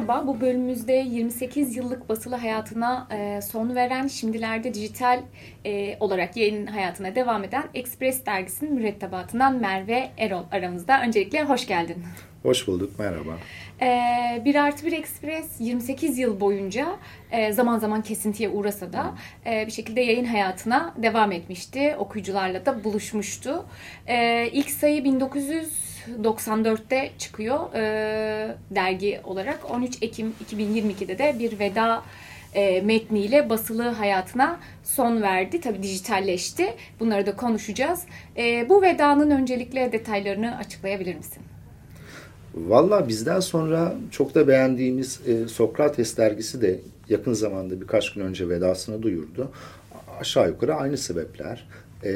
merhaba. Bu bölümümüzde 28 yıllık basılı hayatına son veren, şimdilerde dijital olarak yayın hayatına devam eden Express dergisinin mürettebatından Merve Erol aramızda. Öncelikle hoş geldin. Hoş bulduk, merhaba. 1+1 Express 28 yıl boyunca zaman zaman kesintiye uğrasa da bir şekilde yayın hayatına devam etmişti. Okuyucularla da buluşmuştu. İlk sayı 1994'te çıkıyor dergi olarak. 13 Ekim 2022'de de bir veda metniyle basılı hayatına son verdi. Tabii dijitalleşti. Bunları da konuşacağız. Bu vedanın öncelikle detaylarını açıklayabilir misin? Valla bizden sonra çok da beğendiğimiz Sokrates dergisi de yakın zamanda birkaç gün önce vedasını duyurdu. Aşağı yukarı aynı sebepler.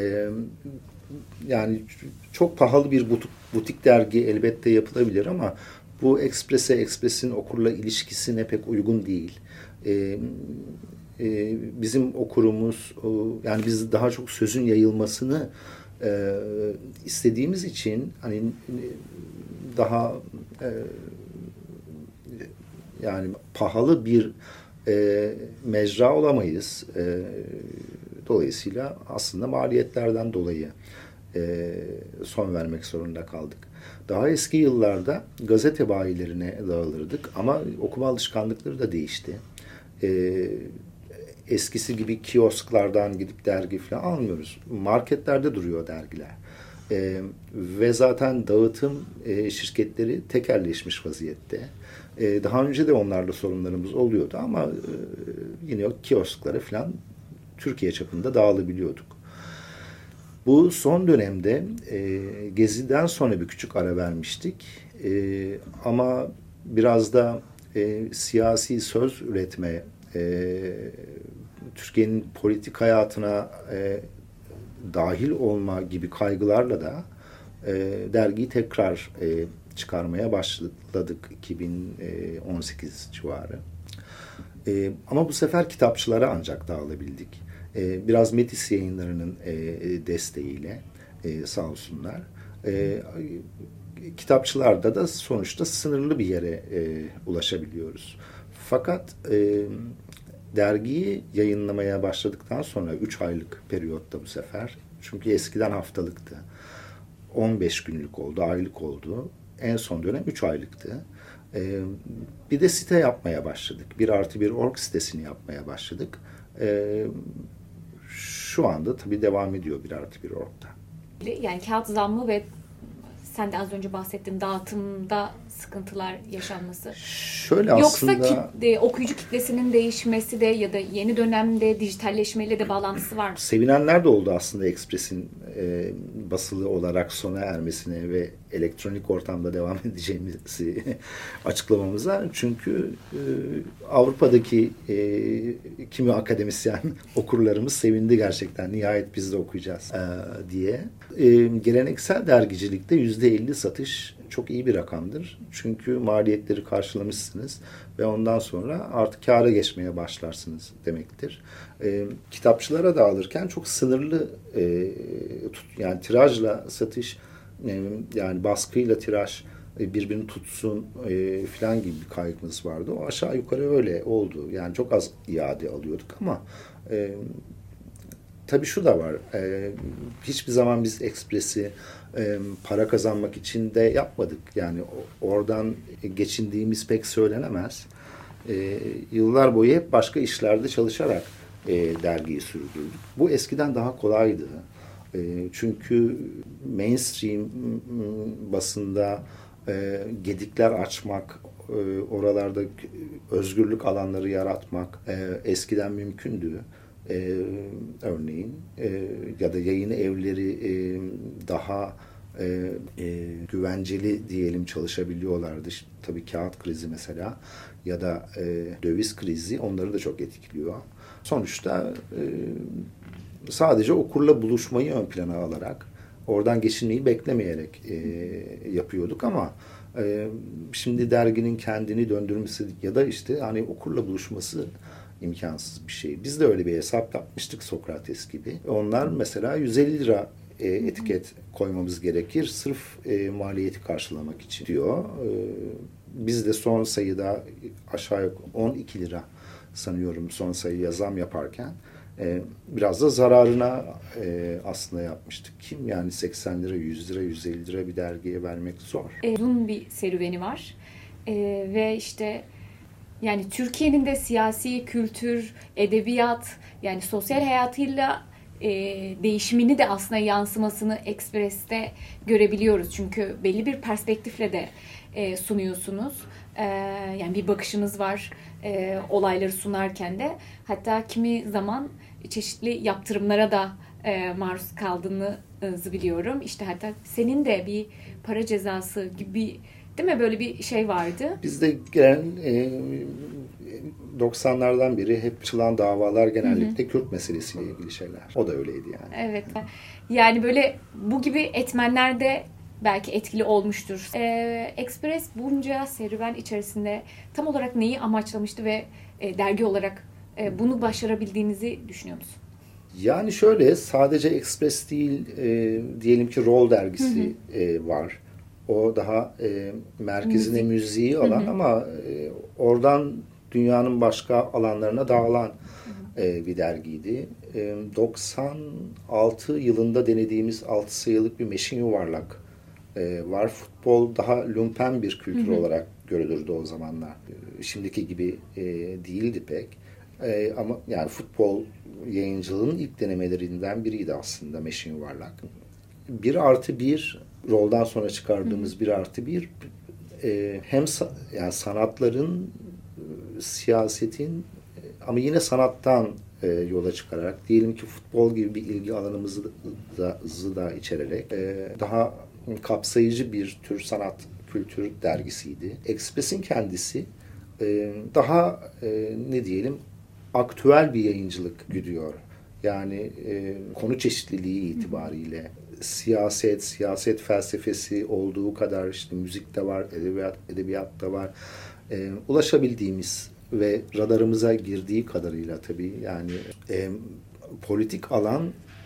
Yani çok pahalı bir butik dergi elbette yapılabilir ama bu Express'in okurla ilişkisine pek uygun değil. Bizim okurumuz, yani biz daha çok sözün yayılmasını istediğimiz için hani daha yani pahalı bir mecra olamayız. Dolayısıyla aslında maliyetlerden dolayı son vermek zorunda kaldık. Daha eski yıllarda gazete bayilerine dağılırdık ama okuma alışkanlıkları da değişti. Eskisi gibi kiosklardan gidip dergi falan almıyoruz. Marketlerde duruyor dergiler. Ve zaten dağıtım şirketleri tekelleşmiş vaziyette. Daha önce de onlarla sorunlarımız oluyordu ama yine o kiosklara falan Türkiye çapında dağılabiliyorduk. Bu son dönemde Gezi'den sonra bir küçük ara vermiştik. Ama biraz da siyasi söz üretme, Türkiye'nin politik hayatına dahil olma gibi kaygılarla da dergiyi tekrar çıkarmaya başladık 2018 civarı. Ama bu sefer kitapçılara ancak dağılabildik. Biraz Metis Yayınları'nın desteğiyle sağ olsunlar. Kitapçılarda da sonuçta sınırlı bir yere ulaşabiliyoruz. Fakat dergiyi yayınlamaya başladıktan sonra 3 aylık periyotta bu sefer. Çünkü eskiden haftalıktı. 15 günlük oldu, aylık oldu. En son dönem 3 aylıktı. Bir de site yapmaya başladık. 1+1 sitesini yapmaya başladık. Şu anda tabii devam ediyor 1+1. Yani kağıt zammı ve sen de az önce bahsettiğin dağıtımda sıkıntılar yaşanması. Şöyle Yoksa aslında okuyucu kitlesinin değişmesi de ya da yeni dönemde dijitalleşmeyle de bağlantısı var mı? sevinenler de oldu aslında Express'in basılı olarak sona ermesine ve elektronik ortamda devam edeceğimizi açıklamamıza. Çünkü Avrupa'daki kimi akademisyen okurlarımız sevindi gerçekten. Nihayet biz de okuyacağız diye. Geleneksel dergicilikte %50 satış çok iyi bir rakamdır. Çünkü maliyetleri karşılamışsınız ve ondan sonra artık kâra geçmeye başlarsınız demektir. Kitapçılara dağılırken çok sınırlı yani tirajla satış, yani baskıyla tiraj birbirini tutsun falan gibi bir kaygımız vardı. O aşağı yukarı öyle oldu. Yani çok az iade alıyorduk ama tabii şu da var. Hiçbir zaman biz Express'i para kazanmak için de yapmadık. Yani oradan geçindiğimiz pek söylenemez. Yıllar boyu hep başka işlerde çalışarak dergiyi sürdürdük. Bu eskiden daha kolaydı. Çünkü mainstream basında gedikler açmak, oralarda özgürlük alanları yaratmak eskiden mümkündü. Örneğin ya da yayın evleri daha güvenceli diyelim çalışabiliyorlardı. Tabii kağıt krizi mesela ya da döviz krizi onları da çok etkiliyor. Sonuçta sadece okurla buluşmayı ön plana alarak, oradan geçinmeyi beklemeyerek yapıyorduk ama şimdi derginin kendini döndürmesi ya da işte hani okurla buluşması imkansız bir şey. Biz de öyle bir hesap yapmıştık Sokrates gibi. Onlar mesela 150 lira etiket koymamız gerekir. Sırf maliyeti karşılamak için diyor. biz de son sayıda aşağı yukarı 12 lira sanıyorum son sayıya zam yaparken biraz da zararına aslında yapmıştık. Kim yani 80 lira, 100 lira, 150 lira bir dergiye vermek zor. Uzun bir serüveni var. Ve işte yani Türkiye'nin de siyasi, kültür, edebiyat yani sosyal hayatıyla değişimini de aslında yansımasını Express'te görebiliyoruz. Çünkü belli bir perspektifle de sunuyorsunuz. Yani bir bakışınız var olayları sunarken de. Hatta kimi zaman çeşitli yaptırımlara da maruz kaldığınızı biliyorum. İşte hatta senin de bir para cezası gibi değil mi? Böyle bir şey vardı. Bizde gelen 90'lardan beri hep açılan davalar genellikle Kürt meselesiyle ilgili şeyler. O da öyleydi yani. Evet. Yani böyle bu gibi etmenler de belki etkili olmuştur. Express bunca serüven içerisinde tam olarak neyi amaçlamıştı ve dergi olarak bunu başarabildiğinizi düşünüyor musun? Yani şöyle sadece Express değil diyelim ki Roll dergisi var. O daha merkezine müziği alan ama oradan dünyanın başka alanlarına dağılan bir dergiydi. 96 yılında denediğimiz 6 sayılık bir meşin yuvarlak var. Futbol daha lumpen bir kültür olarak görülürdü o zamanlar. Şimdiki gibi değildi pek. Ama yani futbol yayıncılığının ilk denemelerinden biriydi aslında meşin yuvarlak. 1+1 Roll'dan sonra çıkardığımız 1+1 hem yani sanatların, siyasetin ama yine sanattan yola çıkarak diyelim ki futbol gibi bir ilgi alanımızı da içererek daha kapsayıcı bir tür sanat kültür dergisiydi. Express'in kendisi daha ne diyelim aktüel bir yayıncılık güdüyor. Yani konu çeşitliliği itibariyle siyaset felsefesi olduğu kadar işte müzik de var, edebiyat da var. Ulaşabildiğimiz ve radarımıza girdiği kadarıyla tabii yani politik alan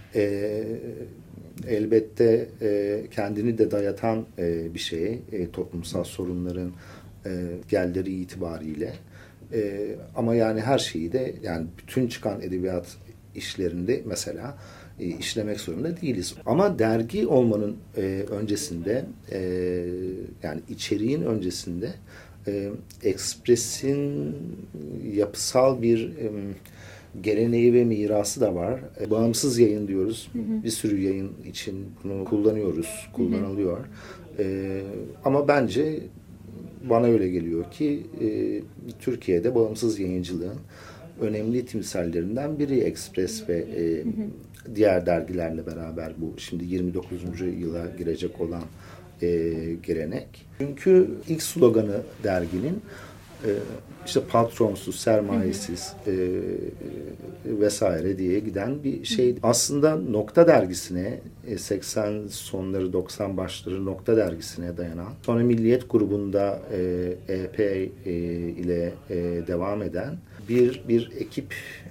elbette kendini de dayatan bir şey toplumsal sorunların gelleri itibariyle. Ama yani her şeyi de yani bütün çıkan edebiyat işlerinde mesela işlemek zorunda değiliz. Ama dergi olmanın öncesinde yani içeriğin öncesinde Express'in yapısal bir geleneği ve mirası da var. Bağımsız yayın diyoruz. Bir sürü yayın için bunu kullanılıyor. Ama bence bana öyle geliyor ki Türkiye'de bağımsız yayıncılığın önemli timsallerinden biri Express ve diğer dergilerle beraber bu şimdi 29. yıla girecek olan gelenek. Çünkü ilk sloganı derginin işte patronsuz, sermayesiz vesaire diye giden bir şey. Aslında Nokta dergisine 80 sonları 90 başları Nokta dergisine dayanan sonra Milliyet grubunda EP ile devam eden bir ekip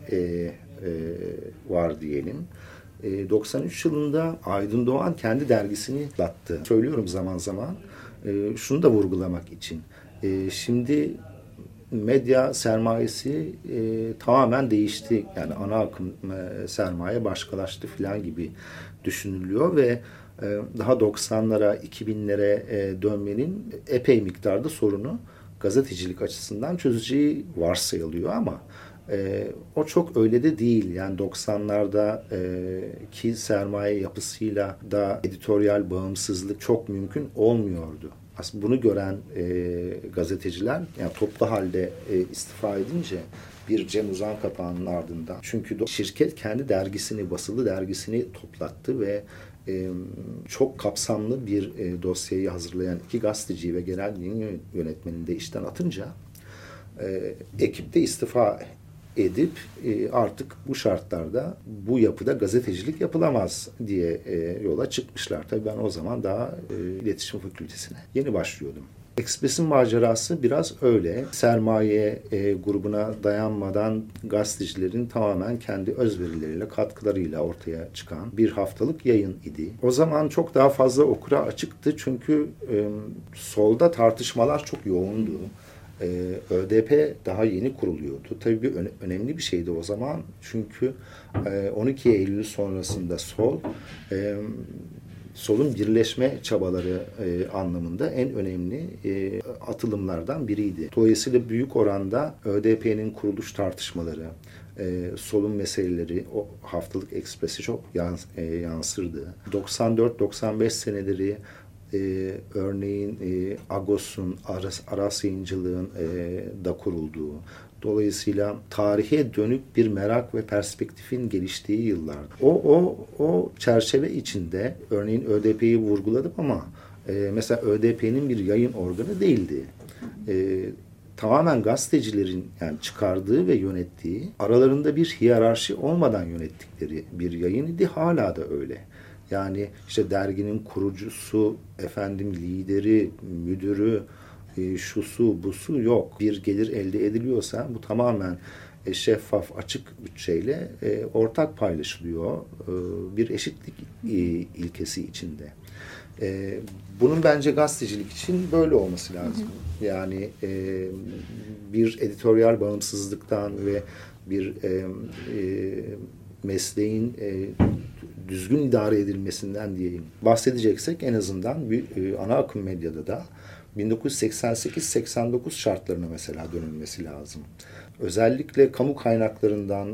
var diyelim. 93 yılında Aydın Doğan kendi dergisini başlattı. Söylüyorum zaman zaman. Şunu da vurgulamak için. Şimdi medya sermayesi tamamen değişti. Yani ana akım sermaye başkalaştı falan gibi düşünülüyor ve daha 90'lara, 2000'lere dönmenin epey miktarda sorunu gazetecilik açısından çözeceği varsayılıyor ama o çok öyle de değil. Yani 90'larda ki sermaye yapısıyla da editoryal bağımsızlık çok mümkün olmuyordu. Aslında bunu gören gazeteciler yani toplu halde istifa edince bir Cem Uzan kapağının ardından çünkü şirket kendi dergisini, basılı dergisini toplattı ve çok kapsamlı bir dosyayı hazırlayan 2 gazeteciyi ve genel yayın yönetmenini de işten atınca ekipte istifa edip artık bu şartlarda bu yapıda gazetecilik yapılamaz diye yola çıkmışlar. Tabii ben o zaman daha iletişim fakültesine yeni başlıyordum. Express'in macerası biraz öyle. Sermaye grubuna dayanmadan gazetecilerin tamamen kendi özverileriyle, katkılarıyla ortaya çıkan bir haftalık yayın idi. O zaman çok daha fazla okura açıktı çünkü solda tartışmalar çok yoğundu. ÖDP daha yeni kuruluyordu. Tabii bir önemli bir şeydi o zaman. Çünkü 12 Eylül sonrasında solun birleşme çabaları anlamında en önemli atılımlardan biriydi. Dolayısıyla büyük oranda ÖDP'nin kuruluş tartışmaları, solun meseleleri o haftalık Ekspres'e çok yansırdı. 94-95 seneleri örneğin Agos'un, Aras Yayıncılığın da kurulduğu, dolayısıyla tarihe dönük bir merak ve perspektifin geliştiği yıllar. O çerçeve içinde örneğin ÖDP'yi vurguladım ama mesela ÖDP'nin bir yayın organı değildi. Tamamen gazetecilerin yani çıkardığı ve yönettiği, aralarında bir hiyerarşi olmadan yönettikleri bir yayın idi. Hala da öyle. Yani işte derginin kurucusu, lideri, müdürü, şusu, busu yok. Bir gelir elde ediliyorsa bu tamamen şeffaf, açık bütçeyle ortak paylaşılıyor. Bir eşitlik ilkesi içinde. Bunun bence gazetecilik için böyle olması lazım. Yani bir editoryal bağımsızlıktan ve bir mesleğin düzgün idare edilmesinden diyeyim. Bahsedeceksek en azından bir ana akım medyada da 1988-89 şartlarına mesela dönülmesi lazım. Özellikle kamu kaynaklarından,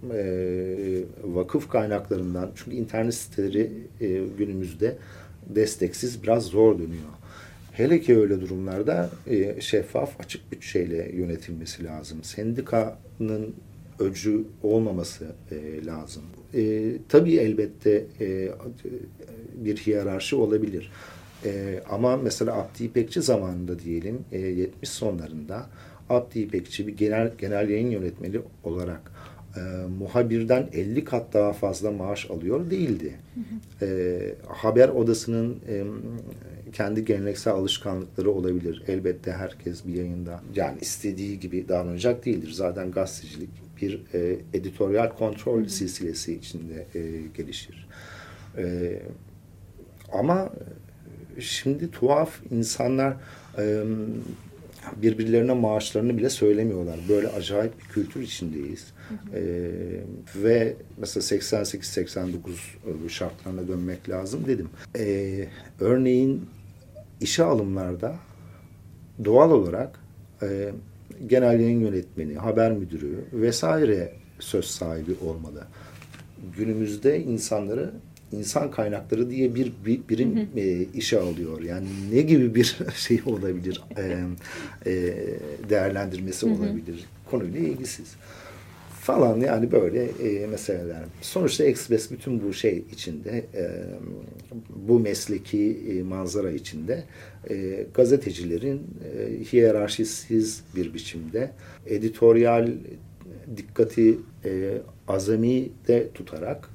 vakıf kaynaklarından, çünkü internet siteleri günümüzde desteksiz, biraz zor dönüyor. Hele ki öyle durumlarda şeffaf, açık bütçeyle yönetilmesi lazım. Sendikanın öcü olmaması lazım. Tabii elbette bir hiyerarşi olabilir. Ama mesela Abdi İpekçi zamanında diyelim 70 sonlarında Abdi İpekçi bir genel yayın yönetmeni olarak muhabirden 50 kat daha fazla maaş alıyor değildi. Haber odasının kendi geleneksel alışkanlıkları olabilir. Elbette herkes bir yayında yani istediği gibi davranacak değildir. Zaten gazetecilik bir editoryal kontrol silsilesi içinde gelişir. Ama şimdi tuhaf insanlar birbirlerine maaşlarını bile söylemiyorlar. Böyle acayip bir kültür içindeyiz. Ve mesela 88-89 şartlarına dönmek lazım dedim. Örneğin işe alımlarda doğal olarak genel yayın yönetmeni, haber müdürü vesaire söz sahibi olmalı. Günümüzde insan kaynakları diye bir birim işe alıyor. Yani ne gibi bir şey olabilir, değerlendirmesi olabilir, konuyla ilgisiz falan, yani böyle meseleler. Sonuçta Express bütün bu şey içinde, bu mesleki manzara içinde gazetecilerin hiyerarşisiz bir biçimde editoryal dikkati azami de tutarak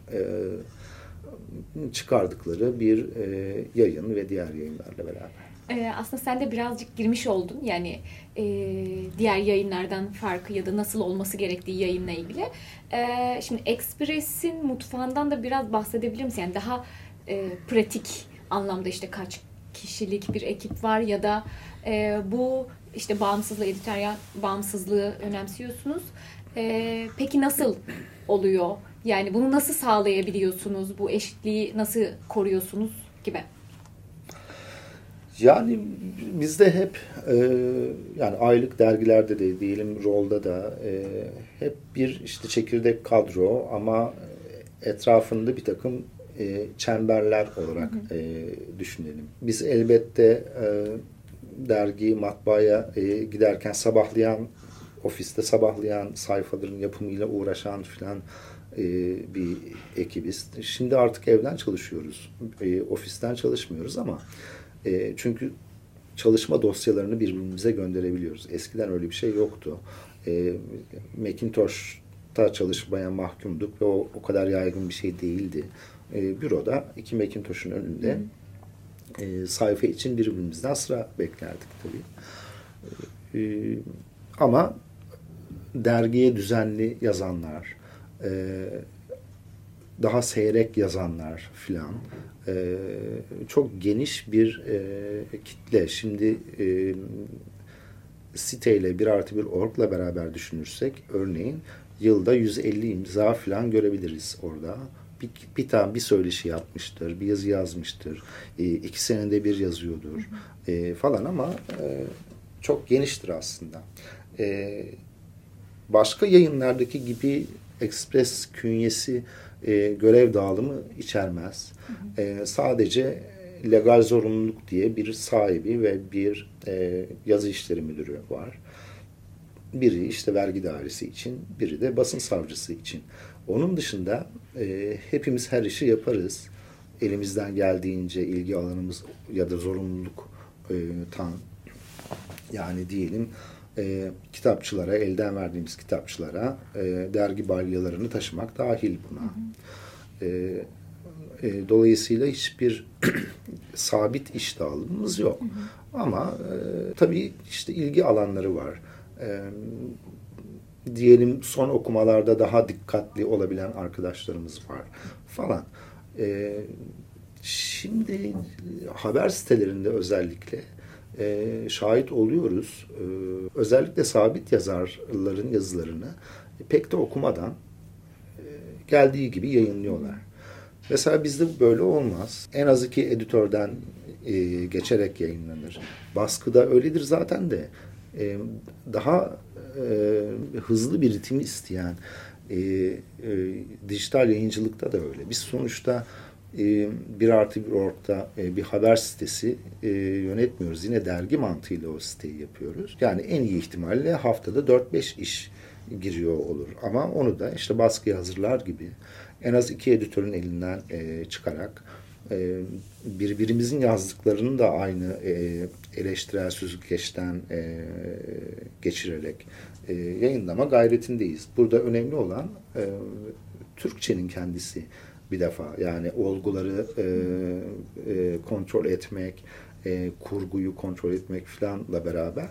çıkardıkları bir yayın ve diğer yayınlarla beraber. Aslında sen de birazcık girmiş oldun. Yani diğer yayınlardan farkı ya da nasıl olması gerektiği yayınla ilgili. Şimdi Express'in mutfağından da biraz bahsedebilir misin? Yani daha pratik anlamda işte kaç kişilik bir ekip var ya da bu işte bağımsızlığı, editoryal bağımsızlığı önemsiyorsunuz. Peki nasıl oluyor? Yani bunu nasıl sağlayabiliyorsunuz? Bu eşitliği nasıl koruyorsunuz gibi? Yani bizde hep yani aylık dergilerde de diyelim, Roll'da da hep bir işte çekirdek kadro ama etrafında bir takım çemberler olarak düşünelim. Biz elbette dergi, matbaaya giderken ofiste sabahlayan, sayfaların yapımıyla uğraşan filan bir ekibiz. Şimdi artık evden çalışıyoruz. Ofisten çalışmıyoruz ama çünkü çalışma dosyalarını birbirimize gönderebiliyoruz. Eskiden öyle bir şey yoktu. Macintosh'ta çalışmaya mahkumduk ve o kadar yaygın bir şey değildi. Büroda iki Macintosh'un önünde sayfa için birbirimizden sıra beklerdik tabii. Ama dergiye düzenli yazanlar, daha seyrek yazanlar filan, çok geniş bir kitle. Şimdi siteyle 1+1.org'la beraber düşünürsek örneğin yılda 150 imza filan görebiliriz orada. Bir söyleşi yapmıştır, bir yazı yazmıştır, 2 senede bir yazıyordur falan ama çok geniştir aslında. Başka yayınlardaki gibi Express künyesi görev dağılımı içermez. Sadece legal zorunluluk diye bir sahibi ve bir yazı işleri müdürü var. Biri işte vergi dairesi için, biri de basın savcısı için. Onun dışında hepimiz her işi yaparız. Elimizden geldiğince ilgi alanımız ya da zorunluluk yani diyelim kitapçılara, elden verdiğimiz kitapçılara dergi balyalarını taşımak dahil buna. Dolayısıyla hiçbir sabit iş dağılımımız yok. Ama tabii işte ilgi alanları var. Diyelim son okumalarda daha dikkatli olabilen arkadaşlarımız var falan. Şimdi haber sitelerinde özellikle şahit oluyoruz. Özellikle sabit yazarların yazılarını pek de okumadan geldiği gibi yayınlıyorlar. Mesela bizde böyle olmaz. En az 2 editörden geçerek yayınlanır. Baskıda öyledir zaten de daha hızlı bir ritim isteyen dijital yayıncılıkta da öyle. Biz sonuçta 1+1.org'da bir haber sitesi yönetmiyoruz. Yine dergi mantığıyla o siteyi yapıyoruz. Yani en iyi ihtimalle haftada 4-5 iş giriyor olur. Ama onu da işte baskıya hazırlar gibi en az 2 editörün elinden çıkarak birbirimizin yazdıklarını da aynı eleştirel süzgeçten geçirerek yayınlama gayretindeyiz. Burada önemli olan Türkçenin kendisi bir defa. Yani olguları kontrol etmek, kurguyu kontrol etmek filanla beraber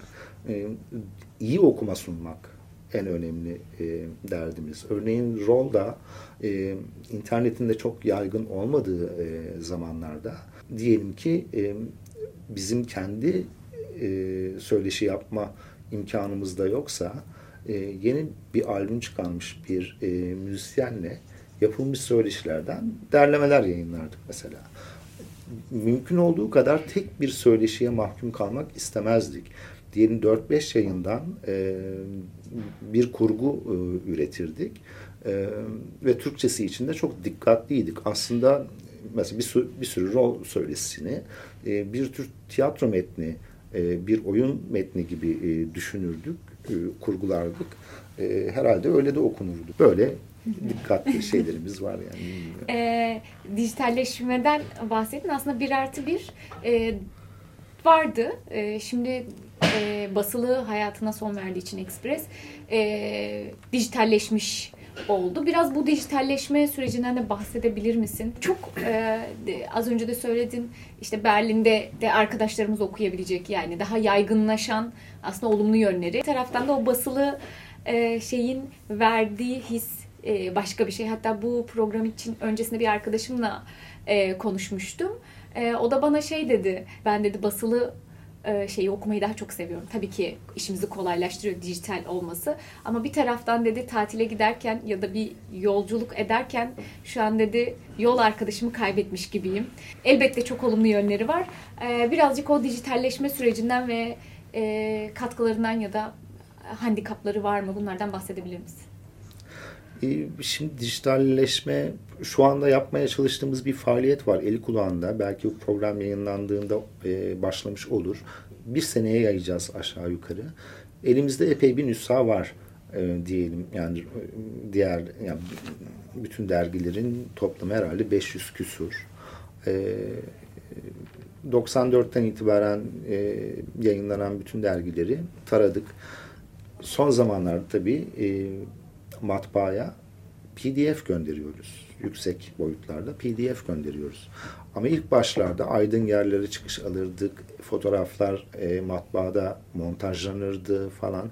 iyi okuma sunmak en önemli derdimiz. Örneğin Roll'da internetin de çok yaygın olmadığı zamanlarda diyelim ki bizim kendi söyleşi yapma imkanımız da yoksa yeni bir albüm çıkarmış bir müzisyenle yapılmış söyleşilerden derlemeler yayınlardık mesela. Mümkün olduğu kadar tek bir söyleşiye mahkum kalmak istemezdik. Diyelim 4-5 yayından bir kurgu üretirdik. Ve Türkçesi için de çok dikkatliydik. Aslında mesela bir sürü rol söyleşisini bir tür tiyatro metni, bir oyun metni gibi düşünürdük, kurgulardık. Herhalde öyle de okunurdu. Böyle dikkatli şeylerimiz var yani. Dijitalleşmeden bahsettin. Aslında 1+1 vardı. Şimdi basılı hayatına son verdiği için Express dijitalleşmiş oldu. Biraz bu dijitalleşme sürecinden de bahsedebilir misin? Çok az önce de söyledin, işte Berlin'de de arkadaşlarımız okuyabilecek, yani daha yaygınlaşan aslında olumlu yönleri. Bir taraftan da o basılı şeyin verdiği his başka bir şey. Hatta bu program için öncesinde bir arkadaşımla konuşmuştum. O da bana şey dedi, ben dedi basılı şeyi okumayı daha çok seviyorum. Tabii ki işimizi kolaylaştırıyor dijital olması. Ama bir taraftan dedi tatile giderken ya da bir yolculuk ederken şu an dedi yol arkadaşımı kaybetmiş gibiyim. Elbette çok olumlu yönleri var. Birazcık o dijitalleşme sürecinden ve katkılarından ya da handikapları var mı? Bunlardan bahsedebilir misin? Şimdi dijitalleşme şu anda yapmaya çalıştığımız bir faaliyet var. Eli kulağında. Belki bu program yayınlandığında başlamış olur. 1 seneye yayacağız aşağı yukarı. Elimizde epey bir nüsha var diyelim. Yani diğer yani bütün dergilerin toplamı herhalde 500 küsur. 94'ten itibaren yayınlanan bütün dergileri taradık. Son zamanlarda tabii matbaaya PDF gönderiyoruz. Yüksek boyutlarda PDF gönderiyoruz. Ama ilk başlarda aydın yerlere çıkış alırdık. Fotoğraflar matbaada montajlanırdı falan.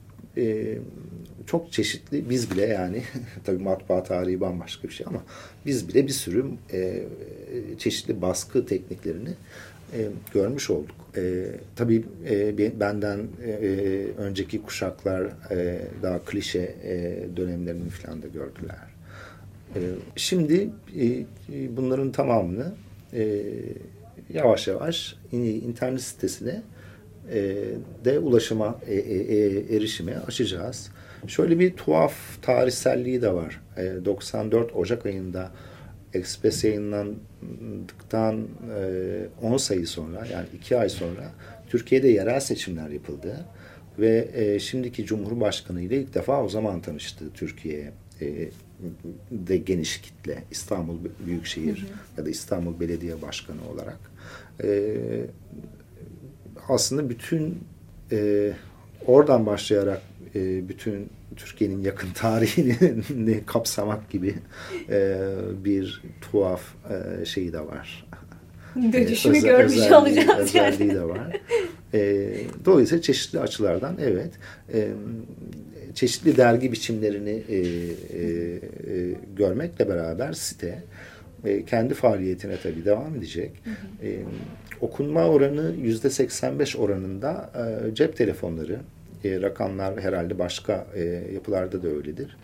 Çok çeşitli, biz bile yani tabii matbaa tarihi bambaşka bir şey ama biz bile bir sürü çeşitli baskı tekniklerini görmüş olduk. Tabii benden önceki kuşaklar daha klişe dönemlerini falan da gördüler. Şimdi bunların tamamını yavaş yavaş internet sitesine de ulaşıma, erişime açacağız. Şöyle bir tuhaf tarihselliği de var. 94 Ocak ayında Express yayınlandıktan 10 sayı sonra, yani 2 ay sonra Türkiye'de yerel seçimler yapıldı. Ve şimdiki Cumhurbaşkanı ile ilk defa o zaman tanıştı Türkiye de geniş kitle. İstanbul Büyükşehir ya da İstanbul Belediye Başkanı olarak. Aslında bütün oradan başlayarak bütün Türkiye'nin yakın tarihini kapsamak gibi bir tuhaf şeyi de var. Dönüşümü görmüş olacağız özelliği de var. Dolayısıyla çeşitli açılardan evet, çeşitli dergi biçimlerini görmekle beraber site kendi faaliyetine tabii devam edecek. Okunma oranı %85 oranında cep telefonları, rakamlar herhalde başka yapılarda da öyledir.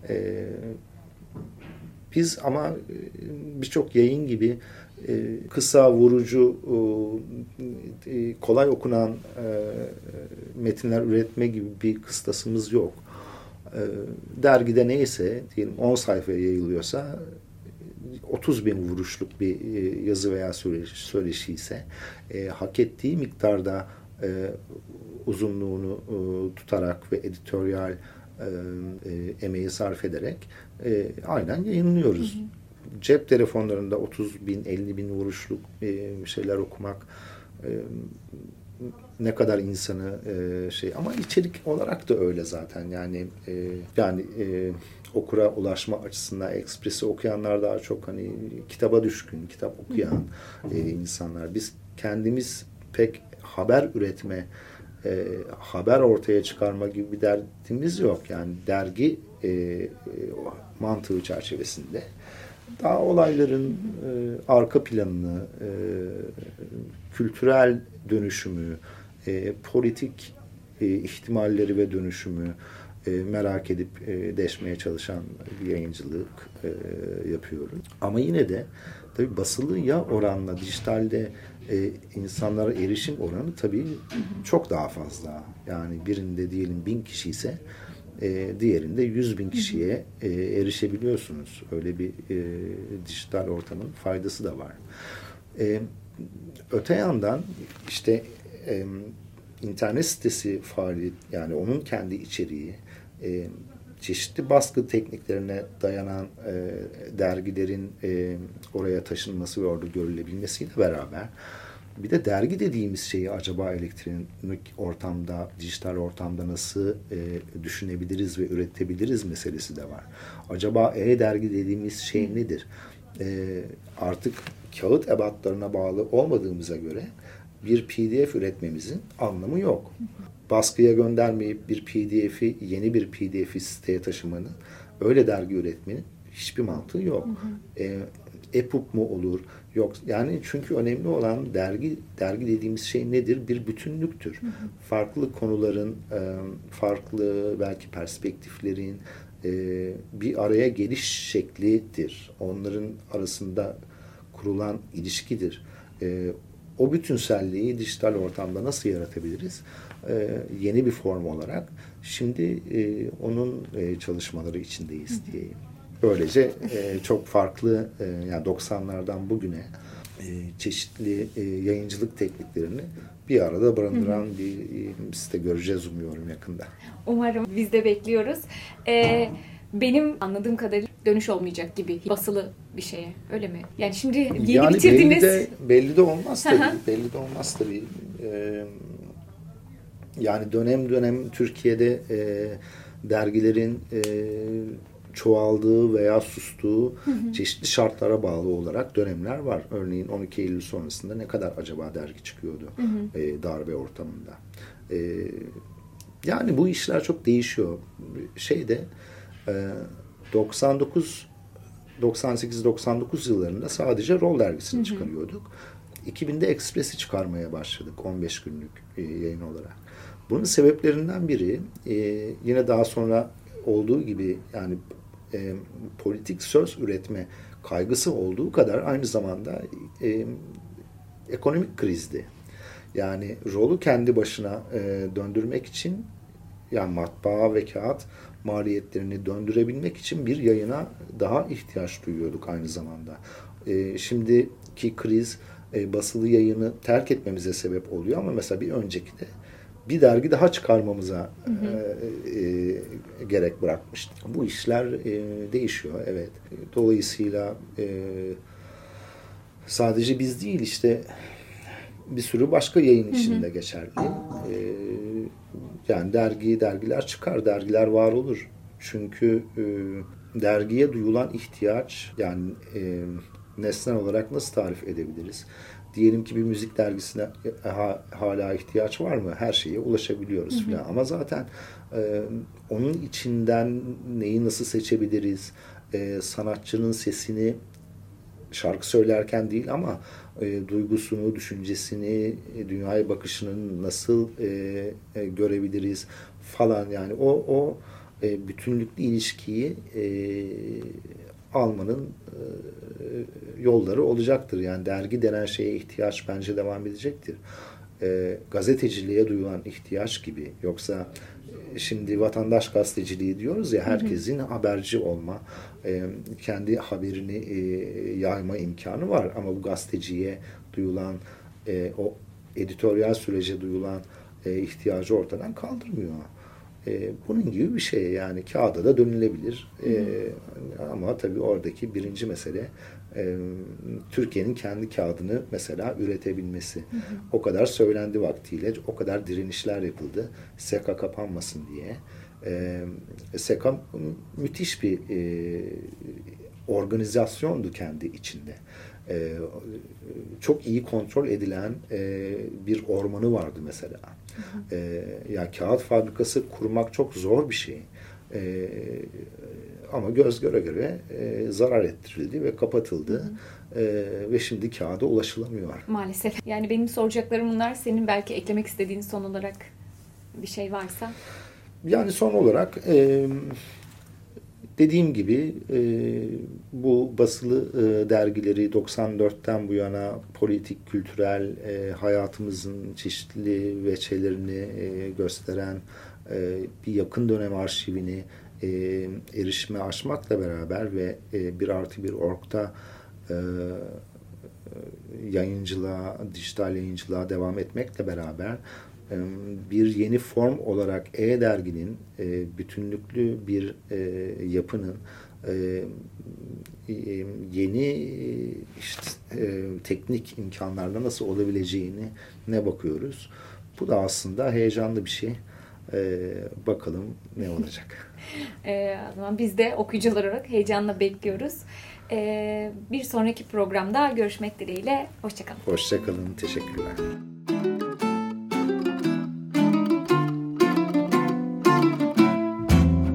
Biz ama birçok yayın gibi kısa, vurucu, kolay okunan metinler üretme gibi bir kıstasımız yok. Dergide neyse, diyelim 10 sayfaya yayılıyorsa 30 bin vuruşluk bir yazı veya söyleşi ise hak ettiği miktarda uzunluğunu tutarak ve editoryal emeği sarf ederek aynen yayınlıyoruz. Cep telefonlarında 30 bin, 50 bin vuruşluk şeyler okumak ne kadar insanı ama içerik olarak da öyle zaten yani okura ulaşma açısından Express'i okuyanlar daha çok hani kitaba düşkün, kitap okuyan insanlar. Biz kendimiz pek haber üretme, haber ortaya çıkarma gibi bir derdimiz yok. Yani dergi mantığı çerçevesinde daha olayların arka planını, kültürel dönüşümü, politik ihtimalleri ve dönüşümü merak edip deşmeye çalışan bir yayıncılık yapıyoruz. Ama yine de tabii basılıya oranla dijitalde insanlara erişim oranı tabii çok daha fazla. Yani birinde diyelim 1000 kişi ise diğerinde 100 bin kişiye erişebiliyorsunuz. Öyle bir dijital ortamın faydası da var. Öte yandan işte internet sitesi faaliyet, yani onun kendi içeriği, çeşitli baskı tekniklerine dayanan dergilerin oraya taşınması ve orada görülebilmesiyle beraber bir de dergi dediğimiz şeyi acaba elektronik ortamda, dijital ortamda nasıl düşünebiliriz ve üretebiliriz meselesi de var. Acaba e-dergi dediğimiz şey nedir? Artık kağıt ebatlarına bağlı olmadığımıza göre bir PDF üretmemizin anlamı yok. Baskıya göndermeyip bir PDF'i, yeni bir PDF'i siteye taşımanın, öyle dergi üretmenin hiçbir mantığı yok. EPUB mu olur? Yok. Yani çünkü önemli olan dergi dediğimiz şey nedir? Bir bütünlüktür. Farklı konuların, farklı belki perspektiflerin bir araya geliş şeklidir. Onların arasında kurulan ilişkidir. O bütünselliği dijital ortamda nasıl yaratabiliriz? Yeni bir form olarak. Şimdi onun çalışmaları içindeyiz diyeyim. Böylece çok farklı, yani 90'lardan bugüne çeşitli yayıncılık tekniklerini bir arada barındıran bir site göreceğiz umuyorum yakında. Umarım, biz de bekliyoruz. Benim anladığım kadarıyla dönüş olmayacak gibi basılı bir şeye. Öyle mi? Yani şimdi yeni bitirdiniz. Belli de olmaz tabii. Belli de olmaz tabii. Yani dönem dönem Türkiye'de dergilerin çoğaldığı veya sustuğu çeşitli şartlara bağlı olarak dönemler var. Örneğin 12 Eylül sonrasında ne kadar acaba dergi çıkıyordu darbe ortamında. Yani bu işler çok değişiyor. 98-99 yıllarında sadece Roll dergisini çıkarıyorduk. 2000'de Express'i çıkarmaya başladık 15 günlük yayın olarak. Bunun sebeplerinden biri yine daha sonra olduğu gibi yani politik söz üretme kaygısı olduğu kadar aynı zamanda ekonomik krizdi. Yani Roll'u kendi başına döndürmek için yani matbaa ve kağıt maliyetlerini döndürebilmek için bir yayına daha ihtiyaç duyuyorduk aynı zamanda. Şimdiki kriz basılı yayını terk etmemize sebep oluyor ama mesela bir önceki de bir dergi daha çıkarmamıza gerek bırakmıştı. Bu işler değişiyor, evet. Dolayısıyla sadece biz değil işte bir sürü başka yayın işinde geçerli. Yani dergiler çıkar, dergiler var olur. Çünkü dergiye duyulan ihtiyaç yani nesnel olarak nasıl tarif edebiliriz? Diyelim ki bir müzik dergisine hala ihtiyaç var mı? Her şeye ulaşabiliyoruz falan. Ama zaten onun içinden neyi nasıl seçebiliriz? Sanatçının sesini şarkı söylerken değil ama duygusunu, düşüncesini, dünyaya bakışını nasıl görebiliriz falan yani o bütünlüklü ilişkiyi almanın yolları olacaktır. Yani dergi denen şeye ihtiyaç bence devam edecektir. Gazeteciliğe duyulan ihtiyaç gibi. Yoksa şimdi vatandaş gazeteciliği diyoruz ya herkesin haberci olma, kendi haberini yayma imkanı var. Ama bu gazeteciye duyulan, o editoryal sürece duyulan ihtiyacı ortadan kaldırmıyor. Bunun gibi bir şey yani kağıda da dönülebilir. Ama tabii oradaki birinci mesele Türkiye'nin kendi kağıdını mesela üretebilmesi. O kadar söylendi vaktiyle, o kadar direnişler yapıldı. SEKA kapanmasın diye. SEKA müthiş bir organizasyondu kendi içinde. Çok iyi kontrol edilen bir ormanı vardı mesela. Ya kağıt fabrikası kurmak çok zor bir şey. Ama göz göre göre zarar ettirildi ve kapatıldı. Ve şimdi kağıda ulaşılamıyor. Maalesef. Yani benim soracaklarım bunlar. Senin belki eklemek istediğin son olarak bir şey varsa. Yani son olarak dediğim gibi bu basılı dergileri 94'ten bu yana politik, kültürel hayatımızın çeşitli veçelerini gösteren bir yakın dönem arşivini erişime açmakla beraber ve 1+1.org'da yayıncılığa, dijital yayıncılığa devam etmekle beraber bir yeni form olarak e-derginin bütünlüklü bir yapının yeni teknik imkanlarla nasıl olabileceğini ne bakıyoruz. Bu da aslında heyecanlı bir şey. Bakalım ne olacak. O zaman biz de okuyucular olarak heyecanla bekliyoruz. Bir sonraki programda görüşmek dileğiyle. Hoşça kalın. Hoşça kalın. Teşekkürler.